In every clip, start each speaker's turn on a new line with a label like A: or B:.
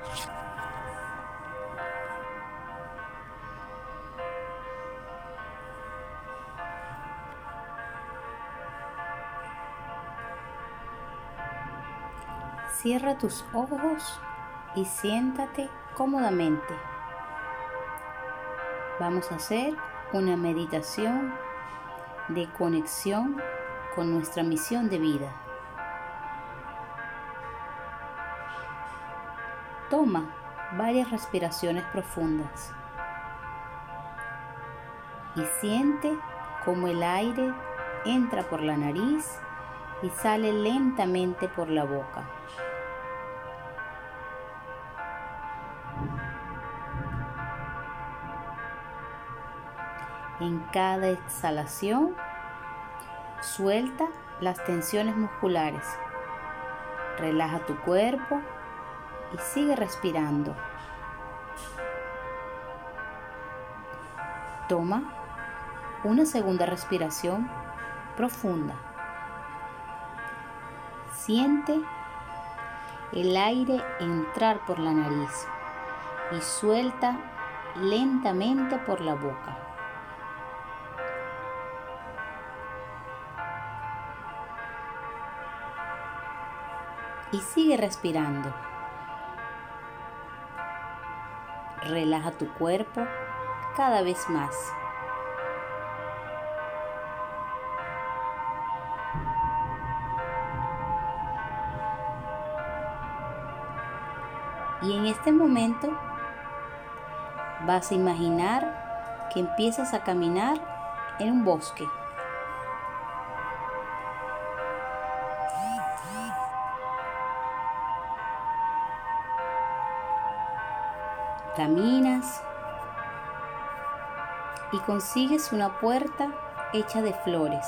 A: Cierra tus ojos y siéntate cómodamente. Vamos a hacer una meditación de conexión con nuestra misión de vida. Toma varias respiraciones profundas y siente cómo el aire entra por la nariz y sale lentamente por la boca. En cada exhalación, suelta las tensiones musculares. Relaja tu cuerpo y sigue respirando. Toma una segunda respiración profunda. Siente el aire entrar por la nariz y suelta lentamente por la boca. Y sigue respirando. Relaja tu cuerpo cada vez más. Y en este momento vas a imaginar que empiezas a caminar en un bosque. Caminas y consigues una puerta hecha de flores,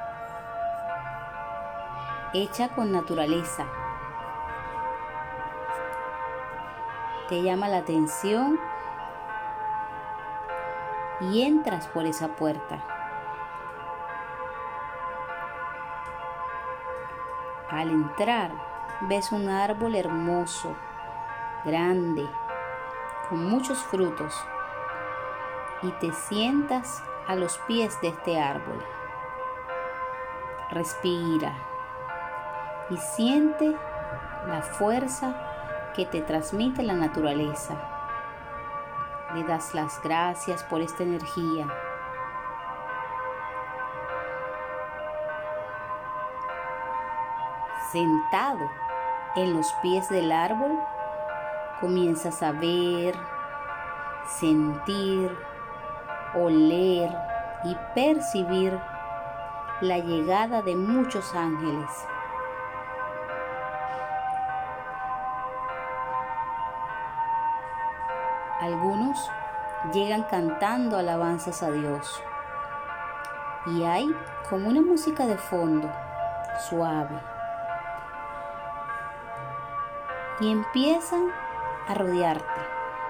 A: hecha con naturaleza. Te llama la atención y entras por esa puerta. Al entrar, ves un árbol hermoso, grande, con muchos frutos, y te sientas a los pies de este árbol. Respira y siente la fuerza que te transmite la naturaleza. Le das las gracias por esta energía. Sentado en los pies del árbol, comienzas a ver, sentir, oler y percibir la llegada de muchos ángeles. Algunos llegan cantando alabanzas a Dios y hay como una música de fondo, suave, y empiezan a rodearte.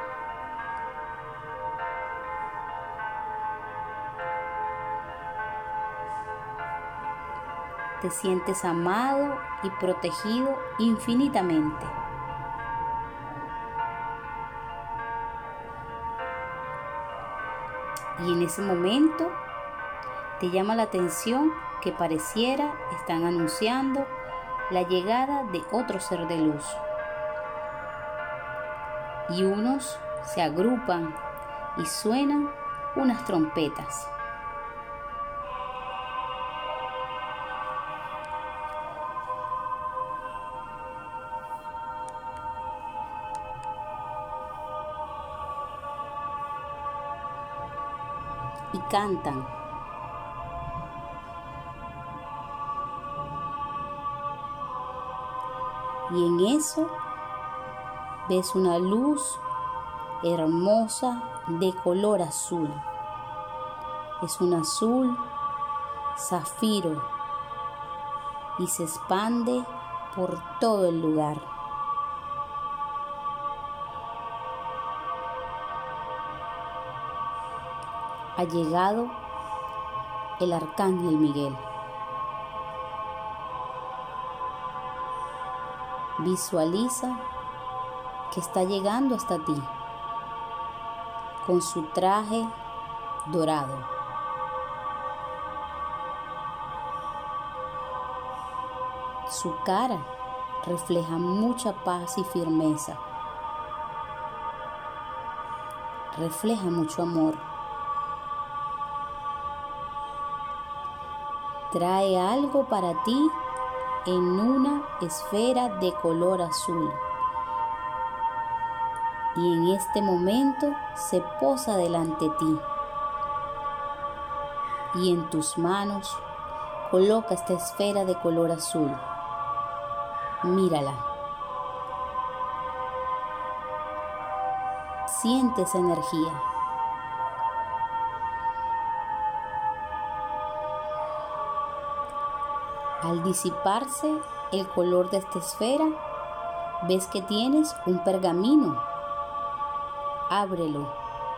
A: Te sientes amado y protegido infinitamente. Y en ese momento te llama la atención que pareciera están anunciando la llegada de otro ser de luz. Y unos se agrupan y suenan unas trompetas. Y cantan. Y en eso ves una luz hermosa de color azul. Es un azul zafiro y se expande por todo el lugar. Ha llegado el Arcángel Miguel. Visualiza que está llegando hasta ti con su traje dorado. Su cara refleja mucha paz y firmeza. Refleja mucho amor. Trae algo para ti en una esfera de color azul. Y en este momento se posa delante de ti. Y en tus manos coloca esta esfera de color azul. Mírala. Siente esa energía. Al disiparse el color de esta esfera, ves que tienes un pergamino. Ábrelo.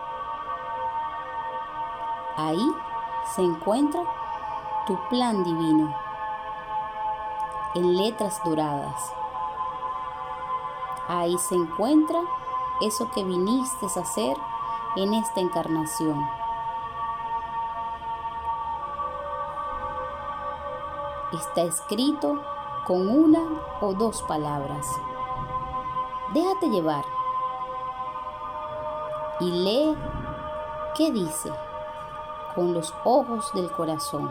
A: Ahí se encuentra tu plan divino en letras doradas. Ahí se encuentra eso que viniste a hacer en esta encarnación. Está escrito con una o dos palabras. Déjate llevar y lee qué dice con los ojos del corazón,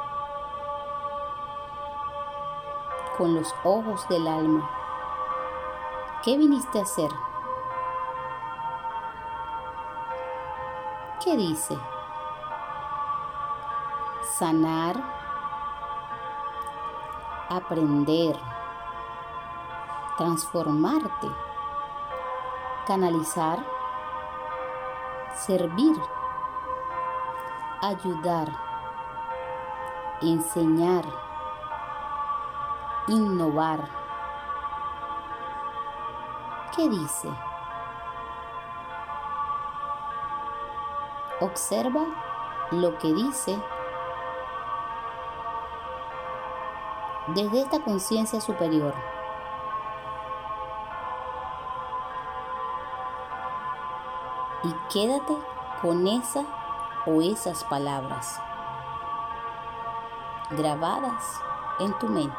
A: con los ojos del alma. ¿Qué viniste a hacer? ¿Qué dice? Sanar, aprender, transformarte, canalizar, servir, ayudar, enseñar, innovar. ¿Qué dice? Observa lo que dice desde esta conciencia superior. Y quédate con esa o esas palabras grabadas en tu mente.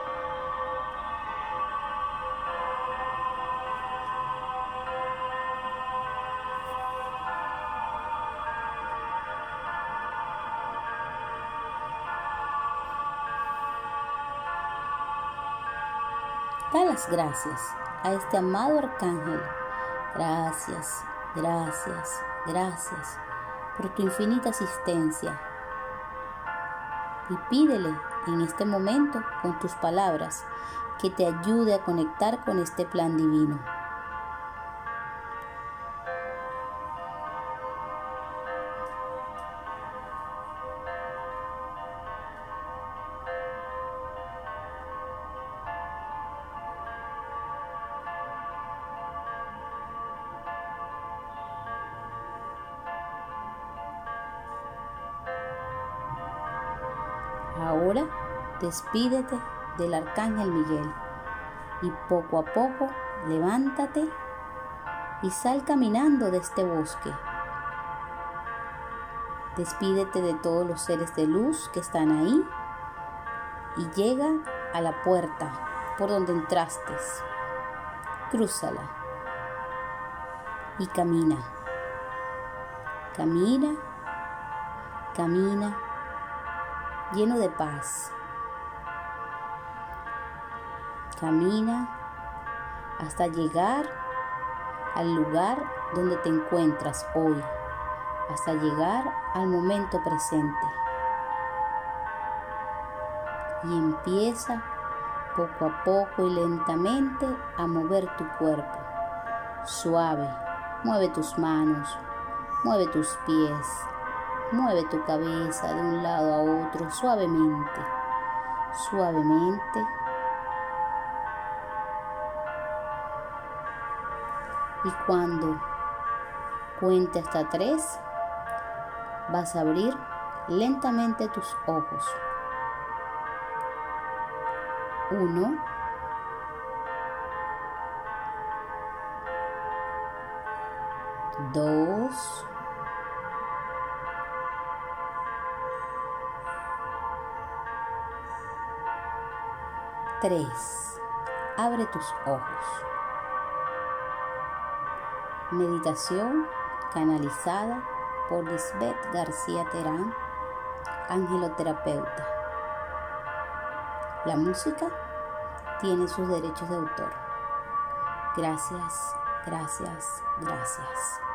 A: Da las gracias a este amado arcángel. Gracias, gracias, gracias por tu infinita asistencia. Y pídele en este momento con tus palabras que te ayude a conectar con este plan divino. Ahora despídete del arcángel Miguel y poco a poco levántate y sal caminando de este bosque. Despídete de todos los seres de luz que están ahí y llega a la puerta por donde entraste. Crúzala y camina. Camina, camina, lleno de paz. Camina hasta llegar al lugar donde te encuentras hoy, hasta llegar al momento presente. Y empieza poco a poco y lentamente a mover tu cuerpo. Suave, mueve tus manos, mueve tus pies, mueve tu cabeza de un lado a otro suavemente, suavemente. Y cuando cuente hasta 3, vas a abrir lentamente tus ojos. 1, 2, 3. Abre tus ojos. Meditación canalizada por Lisbeth García Terán, angeloterapeuta. La música tiene sus derechos de autor. Gracias, gracias, gracias.